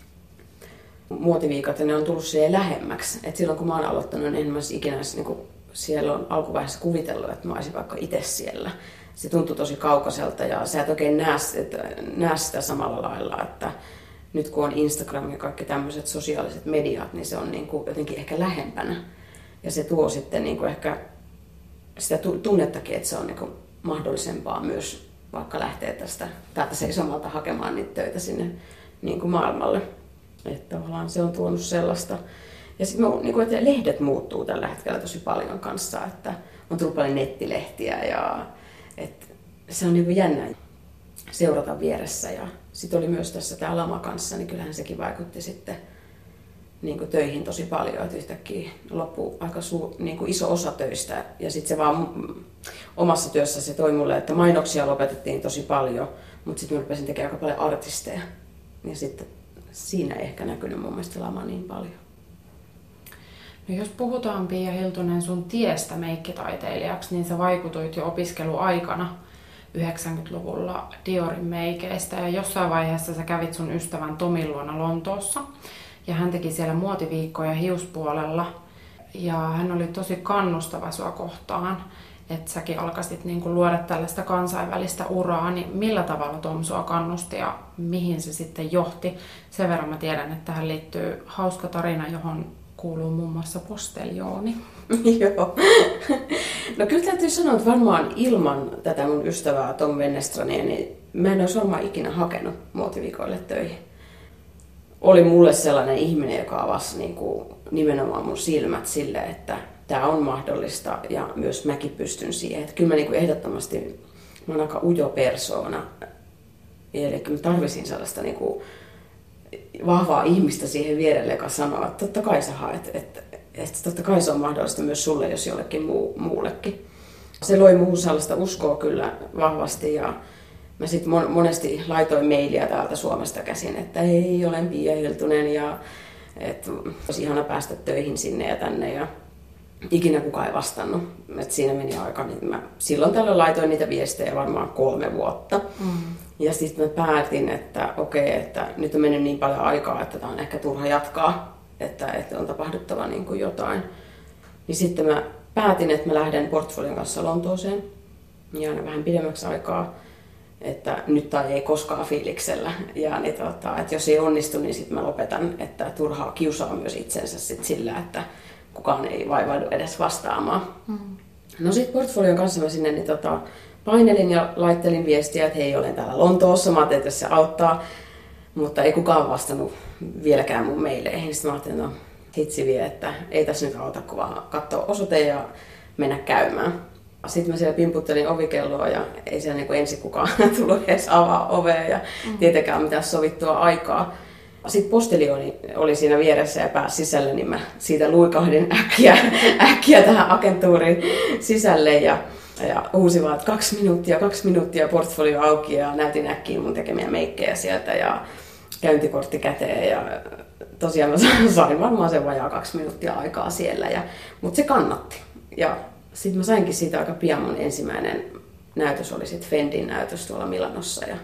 muotiviikot, ne on tullut siihen lähemmäksi. Et silloin kun mä oon aloittanut, niin en mä ikinä niin kuin siellä on alkuvaiheessa kuvitellut, että mä olisin vaikka itse siellä. Se tuntui tosi kaukaiselta ja sä et oikein näe, näe sitä samalla lailla, että nyt kun on Instagram ja kaikki tämmöiset sosiaaliset mediat, niin se on niin kuin jotenkin ehkä lähempänä. Ja se tuo sitten niin kuin ehkä sitä tunnettakin, että se on niin kuin mahdollisempaa myös vaikka lähteä tästä täältä seisomalta hakemaan niitä töitä sinne niin kuin maailmalle. Että tavallaan se on tuonut sellaista. Ja sitten niin lehdet muuttuu tällä hetkellä tosi paljon kanssa, että on tullut paljon nettilehtiä ja että se on niin jännä seurata vieressä. Ja sitten oli myös tässä tämä lama kanssa, niin kyllähän sekin vaikutti sitten niin kuin töihin tosi paljon, että yhtäkkiä loppui aika suu, niin kuin iso osa töistä. Ja sitten se vaan omassa työssä se toi mulle, että mainoksia lopetettiin tosi paljon, mutta sitten mä rupesin tekemään aika paljon artisteja. Ja sitten siinä ei ehkä näkynyt mun mielestä lama niin paljon. No jos puhutaan, Pia Hiltunen, sun tiestä meikkitaiteilijaksi, niin sä vaikutuit jo opiskeluaikana yhdeksänkymmentäluvulla Diorin meikeistä. Ja jossain vaiheessa sä kävit sun ystävän Tomin luona Lontoossa. Ja hän teki siellä muotiviikkoja hiuspuolella. Ja hän oli tosi kannustava sua kohtaan, että säkin alkaisit niin kuin luoda tällaista kansainvälistä uraa. Niin millä tavalla Tom sua kannusti ja mihin se sitten johti? Sen verran mä tiedän, että tähän liittyy hauska tarina, johon kuuluu muun muassa posteljooni. Joo. No kyllä täytyy sanoa, että varmaan ilman tätä mun ystävää Tom Wennerstrania, niin mä en olisi varmaan ikinä hakenut muotiviikoille töihin. Oli mulle sellainen ihminen, joka avasi niin kuin nimenomaan mun silmät sille, että tämä on mahdollista ja myös mäkin pystyn siihen. Että kyllä mä niin kuin ehdottomasti, mä oon aika ujo persoona. Eli mä tarvisin sellaista niin kuin vahvaa ihmistä siihen vierelle, joka sanoo, että totta kai sä haet, että, että totta kai se on mahdollista myös sulle, jos jollekin muu, muullekin. Se loi muuhun sellaista uskoa kyllä vahvasti ja mä sitten monesti laitoin mailia täältä Suomesta käsin, että hei, olen Pia Hiltunen ja että olisi ihana päästä töihin sinne ja tänne ja ikinä kukaan ei vastannut. Et siinä meni aika, niin mä silloin tällöin laitoin niitä viestejä varmaan kolme vuotta. Mm. Ja sitten mä päätin, että okei, että nyt on mennyt niin paljon aikaa, että tämä on ehkä turha jatkaa, että, että on tapahduttava niin kuin jotain. Niin sitten mä päätin, että mä lähden portfolion kanssa Lontooseen ja aina vähän pidemmäksi aikaa, että nyt tai ei koskaan fiiliksellä. Ja niin, tota, että jos ei onnistu, niin sitten mä lopetan, että turhaa kiusaa myös itsensä sit sillä, että kukaan ei vaivaudu edes vastaamaan. Mm. No sitten portfolion kanssa mä sinne niin tota, painelin ja laittelin viestiä, että hei, olen täällä Lontoossa, mä ajattelin, että se auttaa, mutta ei kukaan vastannut vieläkään mun maileihin. Sitten mä ajattelin, no hitsi vie, että ei tässä nyt auta, kun vaan katsoa osoite ja mennä käymään. Sitten mä siellä pimputtelin ovikelloa ja ei siellä niin kuin ensin kukaan tullut edes avaa ovea ja mm. tietenkään mitään sovittua aikaa. Sitten postilioni oli siinä vieressä ja pääsi sisälle, niin mä siitä luikahdin äkkiä, äkkiä tähän agentuurin sisälle ja, ja huusin vaan, että kaksi minuuttia, kaksi minuuttia portfolio auki ja näytin äkkiä mun tekemiä meikkejä sieltä ja käyntikortti käteen ja tosiaan mä sain varmaan sen vajaa kaksi minuuttia aikaa siellä, ja, mutta se kannatti. Ja sitten mä sainkin siitä aika pian, mun ensimmäinen näytös oli sitten Fendin näytös tuolla Milanossa ja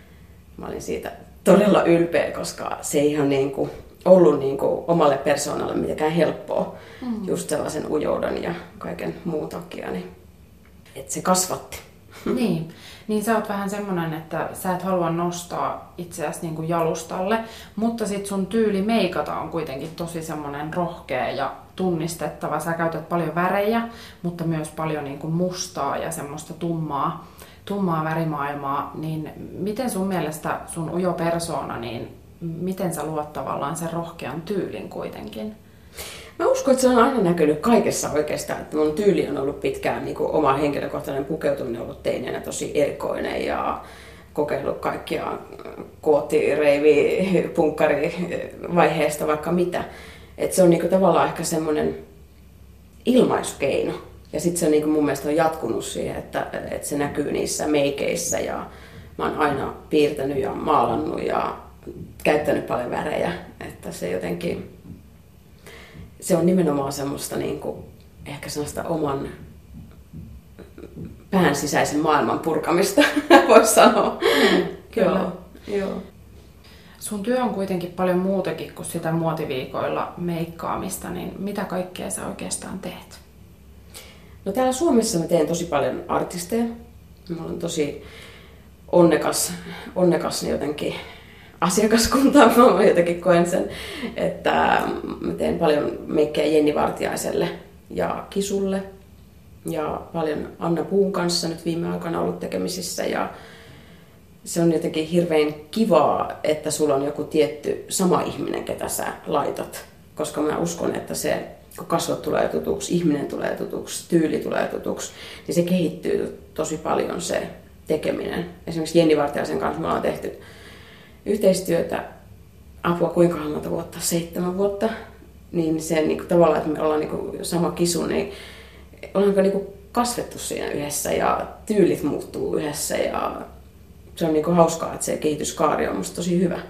mä olin siitä todella ylpeä, koska se ei ihan niin kuin ollut niin kuin omalle persoonalle mitenkään helppoa, mm. just sellaisen ujouden ja kaiken muun takia, niin että se kasvatti. Niin. Niin sä oot vähän semmonen, että sä et halua nostaa itseäsi niin kuin jalustalle, mutta sit sun tyyli meikata on kuitenkin tosi semmonen rohkea ja tunnistettava. Sä käytät paljon värejä, mutta myös paljon niin kuin mustaa ja semmoista tummaa, tummaa värimaailmaa. Niin miten sun mielestä sun ujo persoona, niin miten sä luot tavallaan sen rohkean tyylin kuitenkin? Mä uskon, että se on aina näkynyt kaikessa oikeastaan, että mun tyyli on ollut pitkään niin kuin oma henkilökohtainen pukeutuminen on ollut teineenä tosi erikoinen ja kokeillut kaikkia kootti, reivi, punkkari vaiheesta vaikka mitä. Että se on niinku tavallaan ehkä semmoinen ilmaisukeino. Ja sitten se on niinku mun mielestä on jatkunut siihen, että, että se näkyy niissä meikeissä ja mä oon aina piirtänyt ja maalannut ja käyttänyt paljon värejä. Että se jotenkin, se on nimenomaan semmoista niinku, ehkä sellaista oman pään sisäisen maailman purkamista, voisi sanoa. Mm, kyllä. Joo, joo. Sun työ on kuitenkin paljon muutakin kuin sitä muotiviikoilla meikkaamista, niin mitä kaikkea sä oikeastaan teet? No täällä Suomessa mä teen tosi paljon artisteja. Mä olen tosi onnekas, onnekas jotenkin asiakaskuntaa. Mä jotenkin koen sen, että mä teen paljon meikkejä Jenni Vartiaiselle ja Kisulle. Ja paljon Anna Puun kanssa nyt viime aikoina ollut tekemisissä. Ja se on jotenkin hirveän kivaa, että sulla on joku tietty sama ihminen, ketä sä laitat. Koska mä uskon, että se, kun kasvot tulee tutuksi, ihminen tulee tutuksi, tyyli tulee tutuksi, niin se kehittyy tosi paljon se tekeminen. Esimerkiksi Jenni Vartiaisen kanssa me ollaan tehty yhteistyötä, apua kuinka monta vuotta, seitsemän vuotta. Niin se niin kuin, tavallaan, että me ollaan niin kuin, sama kisu, niin ollaanko niin kuin, kasvettu siinä yhdessä ja tyylit muuttuu yhdessä ja se on niin kuin, hauskaa, että se kehityskaari on musta tosi hyvä.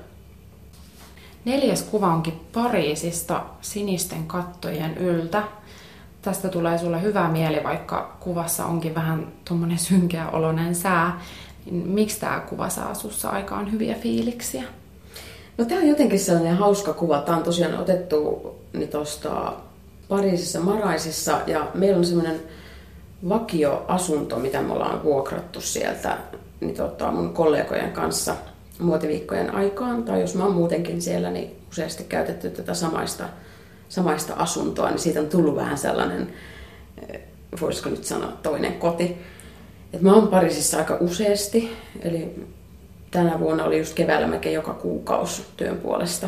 Neljäs kuva onkin Pariisista sinisten kattojen yltä. Tästä tulee sulle hyvä mieli, vaikka kuvassa onkin vähän tuommoinen synkeä oloinen sää. Miksi tämä kuva saa sussa aikaan hyviä fiiliksiä? No tää on jotenkin sellainen hauska kuva. Tää on tosiaan otettu niin tosta Pariisissa Maraisissa ja meillä on semmoinen vakioasunto, mitä me ollaan vuokrattu sieltä niin tota, mun kollegojen kanssa muotiviikkojen aikaan. Tai jos mä oon muutenkin siellä, niin useasti käytetty tätä samaista, samaista asuntoa, niin siitä on tullut vähän sellainen, voisiko nyt sanoa, toinen koti. Et mä oon Pariisissa aika useasti, eli tänä vuonna oli just keväällä melkein joka kuukausi työn puolesta.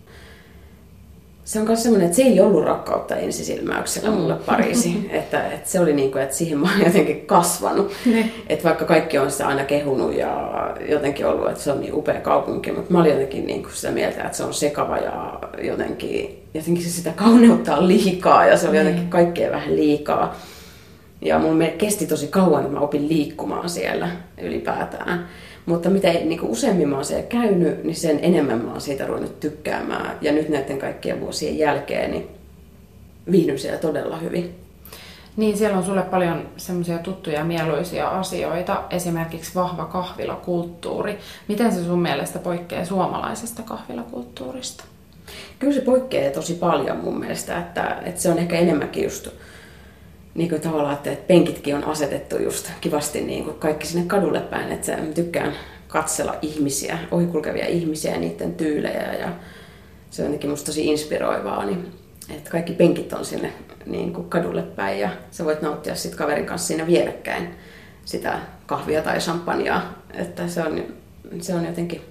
Se on myös semmoinen, että se ei ollut rakkautta ensisilmäyksellä mulle Pariisi. että, että se oli niin kuin, että siihen mä oon jotenkin kasvanut. Että vaikka kaikki on sitä aina kehunut ja jotenkin ollut, että se on niin upea kaupunki, mutta mä olin jotenkin niin kuin sitä mieltä, että se on sekava ja jotenkin, jotenkin se sitä kauneutta on liikaa ja se oli jotenkin kaikkea vähän liikaa. Ja mun kesti tosi kauan, että mä opin liikkumaan siellä ylipäätään. Mutta mitä niin kuin useammin mä oon siellä käynyt, niin sen enemmän mä oon siitä ruvennut tykkäämään. Ja nyt näiden kaikkien vuosien jälkeen niin viihdyn siellä todella hyvin. Niin, siellä on sulle paljon semmoisia tuttuja ja mieluisia asioita, esimerkiksi vahva kahvilakulttuuri. Miten se sun mielestä poikkeaa suomalaisesta kahvilakulttuurista? Kyllä se poikkeaa tosi paljon mun mielestä, että, että se on ehkä enemmänkin just niin kuin tavallaan, että penkitkin on asetettu just kivasti niin kuin kaikki sinne kadulle päin. Että mä tykkään katsella ihmisiä, ohikulkevia ihmisiä ja niiden tyylejä. Ja se on jotenkin musta tosi inspiroivaa, niin, että kaikki penkit on sinne niin kuin kadulle päin. Ja sä voit nauttia sit kaverin kanssa siinä vierekkäin sitä kahvia tai champagnea. Että se on, se on jotenkin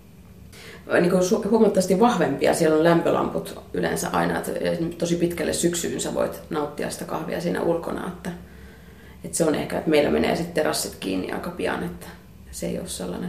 niin kuin huomattavasti vahvempia. Siellä on lämpölamput yleensä aina, että tosi pitkälle syksyyn sä voit nauttia sitä kahvia siinä ulkona. Että, että se on ehkä, että meillä menee sitten terassit kiinni aika pian, että se ei ole sellainen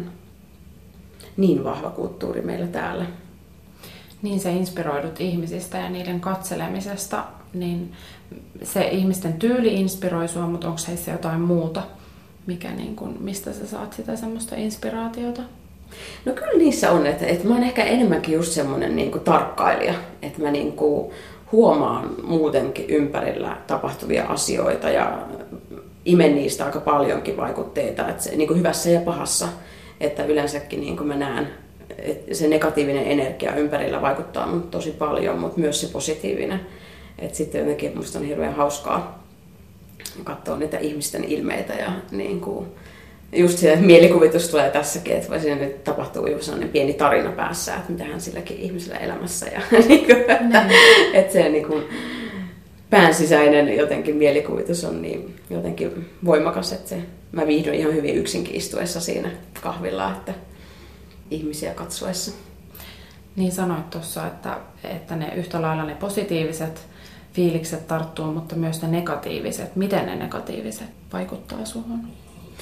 niin vahva kulttuuri meillä täällä. Niin, sä inspiroidut ihmisistä ja niiden katselemisesta, niin se ihmisten tyyli inspiroi sua, mutta onko heissä jotain muuta, mikä niin kun, mistä sä saat sitä semmoista inspiraatiota? No kyllä niissä on, että, että mä oon ehkä enemmänkin just semmoinen niin kuin tarkkailija, että mä niin kuin huomaan muutenkin ympärillä tapahtuvia asioita ja imen niistä aika paljonkin vaikutteita, että se, niin kuin hyvässä ja pahassa, että yleensäkin niin kuin mä näen, että se negatiivinen energia ympärillä vaikuttaa mut tosi paljon, mutta myös se positiivinen. Että sitten jotenkin musta on hirveän hauskaa katsoa niitä ihmisten ilmeitä ja niin kuin just se mielikuvitus tulee tässäkin, että siinä nyt tapahtuu jo sellainen pieni tarina päässä, että mitähän silläkin ihmisellä elämässä. Ja niin kuin, että, että se niin kuin, päänsisäinen jotenkin mielikuvitus on niin jotenkin voimakas, että se, mä viihdyn ihan hyvin yksinkin istuessa siinä kahvilla, että ihmisiä katsoessa. Niin sanoit tuossa, että, että ne yhtä lailla ne positiiviset fiilikset tarttuu, mutta myös ne negatiiviset. Miten ne negatiiviset vaikuttaa suhun?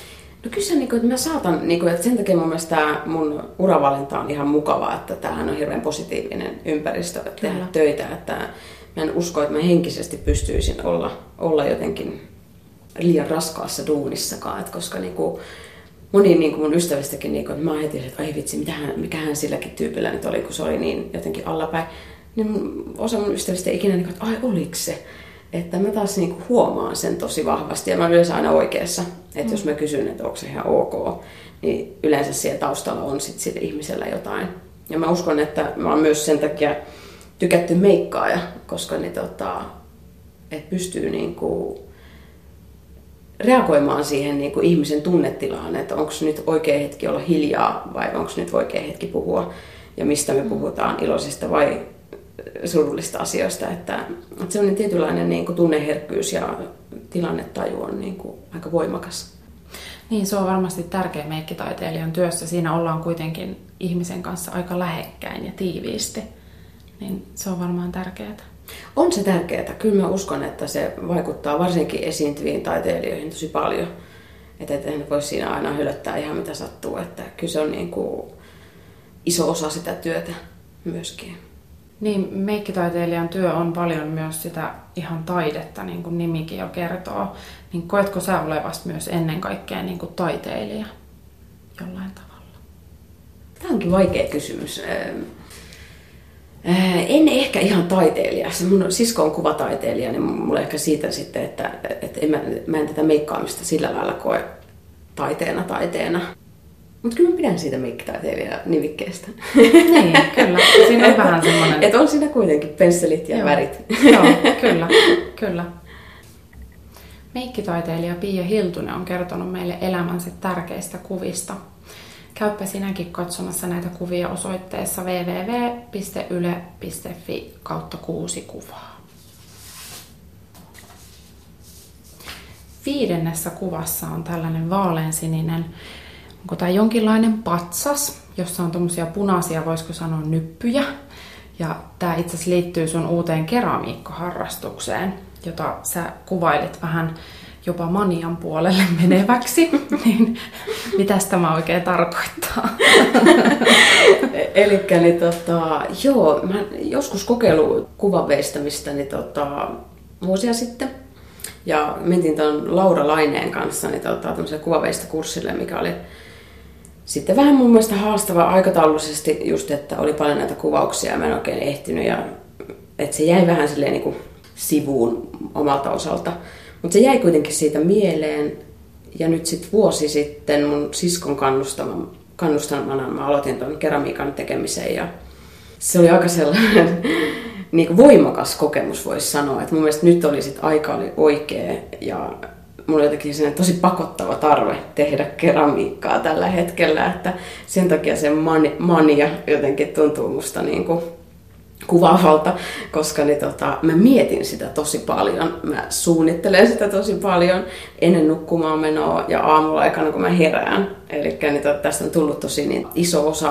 No kyllä se, niin kuin, että mä saatan, niin kuin, että sen takia mun mielestä tämä mun uravalinta on ihan mukavaa, että tämähän on hirveän positiivinen ympäristö että tehdä töitä, että mä en usko, että mä henkisesti pystyisin olla, olla jotenkin liian raskaassa duunissakaan, että koska niin kuin, moni niin kuin mun ystävistäkin, niin kuin, että mä oon heti, että ai vitsi, mitähän, mikähän silläkin tyypillä nyt oli, kun se oli niin jotenkin allapäin, niin osa mun ystävistä ikinä, niin kuin, että ai oliko se? Että mä taas niinku huomaan sen tosi vahvasti ja mä olen yleensä aina oikeassa. Että mm. jos mä kysyn, että onko se ihan ok, niin yleensä siellä taustalla on sit sillä ihmisellä jotain. Ja mä uskon, että mä oon myös sen takia tykätty meikkaaja, koska niin tota, et pystyy niinku reagoimaan siihen niinku ihmisen tunnetilaan, että onko nyt oikea hetki olla hiljaa vai onko nyt oikea hetki puhua ja mistä me puhutaan, iloisista vai surullista asioista, että, että sellainen tietynlainen niin kuin tunneherkkyys ja tilannetaju on niin kuin aika voimakas. Niin, se on varmasti tärkeä meikkitaiteilijan työssä. Siinä ollaan kuitenkin ihmisen kanssa aika lähekkäin ja tiiviisti, niin se on varmaan tärkeää. On se tärkeää. Kyllä mä uskon, että se vaikuttaa varsinkin esiintyviin taiteilijoihin tosi paljon. Että et voi siinä aina hölöttää ihan mitä sattuu, että kyllä se on niin kuin iso osa sitä työtä myöskin. Niin, meikkitaiteilijan työ on paljon myös sitä ihan taidetta, niin kuin nimikin jo kertoo. Niin koetko sä olevasi myös ennen kaikkea niin kuin taiteilija jollain tavalla? Tämä onkin vaikea kysymys. En ehkä ihan taiteilija. Mun sisko on kuvataiteilija, niin mulla ehkä siitä sitten, että, että en mä, mä en tätä meikkaamista sillä lailla koe taiteena taiteena. Mutta kyllä mä pidän siitä meikkitaiteilija-nimikkeestä. Niin, kyllä. Siinä on vähän semmoinen... Että on siinä kuitenkin pensselit ja Joo. värit. Joo, kyllä, kyllä. Meikkitaiteilija Pia Hiltunen on kertonut meille elämänsä tärkeistä kuvista. Käypä sinäkin katsomassa näitä kuvia osoitteessa double-u double-u double-u piste yle piste fi kautta kuusi kuvaa. Viidennessä kuvassa on tällainen vaaleansininen, onko tämä jonkinlainen patsas, jossa on tommosia punaisia, voisiko sanoa nyppyjä. Ja tämä itse asiassa liittyy sun uuteen keramiikkaharrastukseen, jota sä kuvailit vähän jopa manian puolelle meneväksi. Niin mitäs tämä oikein tarkoittaa? Elikkä niin tota, joo, mä joskus kokeillut kuvan veistämistä niin tota, vuosia sitten. Ja mentiin tuon Laura Laineen kanssa niin tota, kuvanveistokurssille, mikä oli sitten vähän mun mielestä haastava aikataulullisesti just, että oli paljon näitä kuvauksia ja mä en oikein ehtinyt. Ja, että se jäi vähän silleen niin kuin sivuun omalta osalta. Mutta se jäi kuitenkin siitä mieleen. Ja nyt sitten vuosi sitten mun siskon kannustamana mä aloitin tuon keramiikan tekemisen. Ja se oli aika sellainen niin kuin voimakas kokemus, voisi sanoa. Et mun mielestä nyt oli sit aika oli oikea ja mulla oli jotenkin tosi pakottava tarve tehdä keramiikkaa tällä hetkellä, että sen takia se mania jotenkin tuntuu musta niin kuin kuvaavalta, koska niin tota, mä mietin sitä tosi paljon, mä suunnittelen sitä tosi paljon ennen nukkumaan menoa ja aamulla aikana kun mä herään. Eli niin tota, tästä on tullut tosi niin iso osa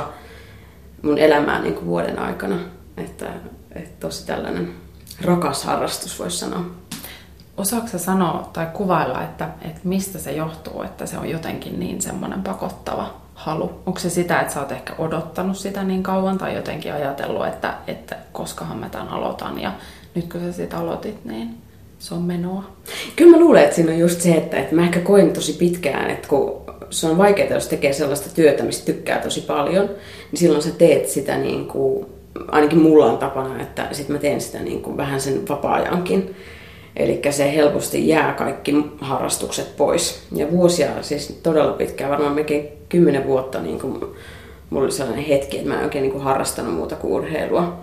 mun elämää niin kuin vuoden aikana, että, että tosi tällainen rakas harrastus voisi sanoa. Osaatko sä sanoa tai kuvailla, että, että mistä se johtuu, että se on jotenkin niin semmoinen pakottava halu? Onko se sitä, että sä oot ehkä odottanut sitä niin kauan tai jotenkin ajatellut, että, että koskahan mä tämän aloitan ja nyt kun sä sitä aloitit, niin se on menoa? Kyllä mä luulen, että siinä on just se, että, että mä ehkä koin tosi pitkään, että kun se on vaikeaa, jos tekee sellaista työtä, mistä tykkää tosi paljon, niin silloin sä teet sitä niin kuin, ainakin mulla on tapana, että sit mä teen sitä niin kuin vähän sen vapaa-ajankin. Eli se helposti jää kaikki harrastukset pois. Ja vuosia, siis todella pitkään, varmaan melkein kymmenen vuotta, niin kuin mulla oli sellainen hetki, että mä en oikein niin kuin harrastanut muuta kuin urheilua.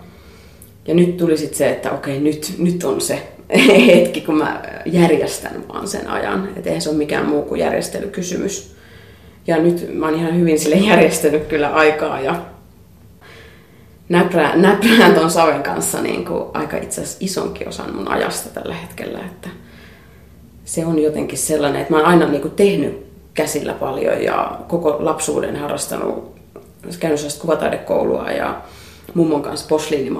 Ja nyt tuli sitten se, että okei, nyt, nyt on se hetki, kun mä järjestän vaan sen ajan. Että eihän se ole mikään muu kuin järjestelykysymys. Ja nyt mä oon ihan hyvin sille järjestänyt kyllä aikaa ja näprään, näprään ton Saven kanssa niin kuin aika itse asiassa isonkin osan mun ajasta tällä hetkellä. Että se on jotenkin sellainen, että mä oon aina niin kuin tehnyt käsillä paljon ja koko lapsuuden harrastanut, käynyt sellaista kuvataidekoulua ja mummon kanssa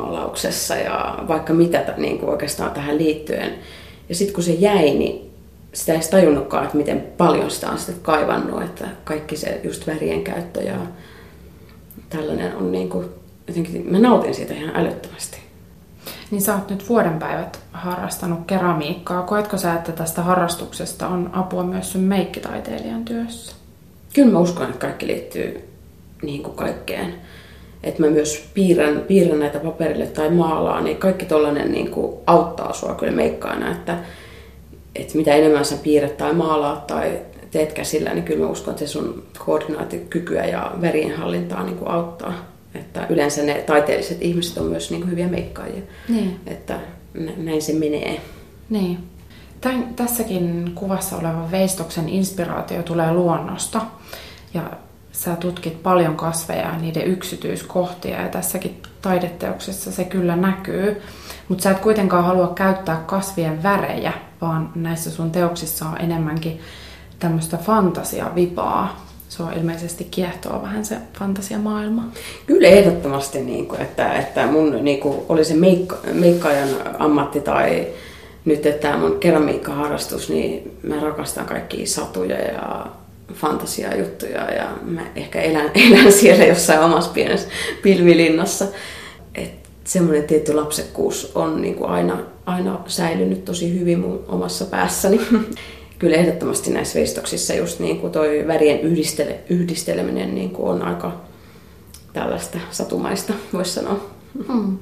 posliinimaalauksessa ja vaikka mitä niin kuin oikeastaan tähän liittyen. Ja sitten kun se jäi, niin sitä ei edes tajunnutkaan, että miten paljon sitä on sitten kaivannut, että kaikki se just värien käyttö ja tällainen on niin kuin, jotenkin, mä nautin siitä ihan älyttömästi. Niin sä oot nyt vuodenpäivät harrastanut keramiikkaa. Koetko sä, että tästä harrastuksesta on apua myös sun meikkitaiteilijan työssä? Kyllä mä uskon, että kaikki liittyy niin kuin kaikkeen. Että mä myös piirrän, piirrän näitä paperille tai maalaan, niin kaikki tollainen niin kuin auttaa sua kyllä meikkaana. Että, että mitä enemmän sä piirrät tai maalaat tai teet käsillä, niin kyllä mä uskon, että se sun koordinaatiokykyä ja värien hallintaa niin kuin auttaa. Että yleensä ne taiteelliset ihmiset on myös niin kuin hyviä meikkaajia. Niin. Että näin se menee. Niin. Tän, tässäkin kuvassa olevan veistoksen inspiraatio tulee luonnosta. Ja sä tutkit paljon kasveja ja niiden yksityiskohtia. Ja tässäkin taideteoksessa se kyllä näkyy. Mutta sä et kuitenkaan halua käyttää kasvien värejä, vaan näissä sun teoksissa on enemmänkin tämmöistä fantasiavipaa. Se on ilmeisesti kiehtoo vähän se fantasiamaailma. Kyllä ehdottomasti, niin kuin, että, että mun niin kuin, oli se meikka, meikkaajan ammatti tai nyt että tämä mun keramiikkaharrastus, niin mä rakastan kaikkia satuja ja fantasiajuttuja ja mä ehkä elän, elän siellä jossain omassa pienessä pilvilinnassa. Että semmoinen tietty lapsekkuus on niin kuin aina, aina säilynyt tosi hyvin mun omassa päässäni. Kyllä ehdottomasti näissä veistoksissa just niin kuin toi värien yhdistele, yhdisteleminen niin kuin on aika tällaista satumaista, voisi sanoa. Hmm.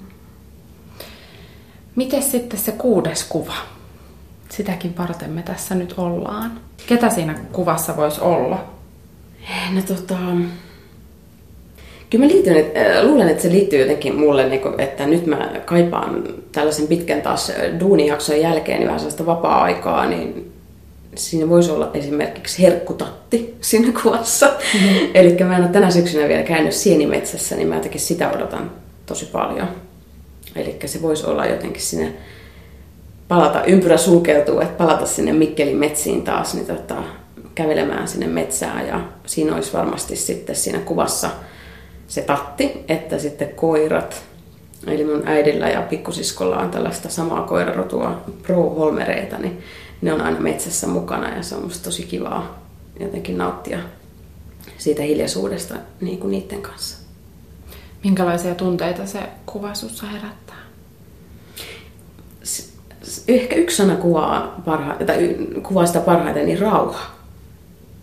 Miten sitten se kuudes kuva? Sitäkin varten me tässä nyt ollaan. Ketä siinä kuvassa voisi olla? No tota... Kyllä mä liityn, että, luulen, että se liittyy jotenkin mulle, että nyt mä kaipaan tällaisen pitkän taas duunijakson jälkeen niin vähän sellaista vapaa-aikaa, niin siinä voisi olla esimerkiksi herkkutatti siinä kuvassa. Mm-hmm. Eli mä en ole tänä syksynä vielä käynyt sienimetsässä, niin mä jotenkin sitä odotan tosi paljon. Eli se voisi olla jotenkin sinne palata, ympyrä sulkeutuu, että palata sinne Mikkelin metsiin taas, niin tota, kävelemään sinne metsään. Ja siinä olisi varmasti sitten siinä kuvassa se tatti, että sitten koirat. Eli mun äidillä ja pikkusiskolla on tällaista samaa koirarotua Pro-Holmereita, niin ne on aina metsässä mukana ja se on musta tosi kivaa jotenkin nauttia siitä hiljaisuudesta niin kuin niiden kanssa. Minkälaisia tunteita se kuva sussa herättää? Ehkä yksi sana kuvaa, parha- tai kuvaa sitä parhaiten, niin rauha.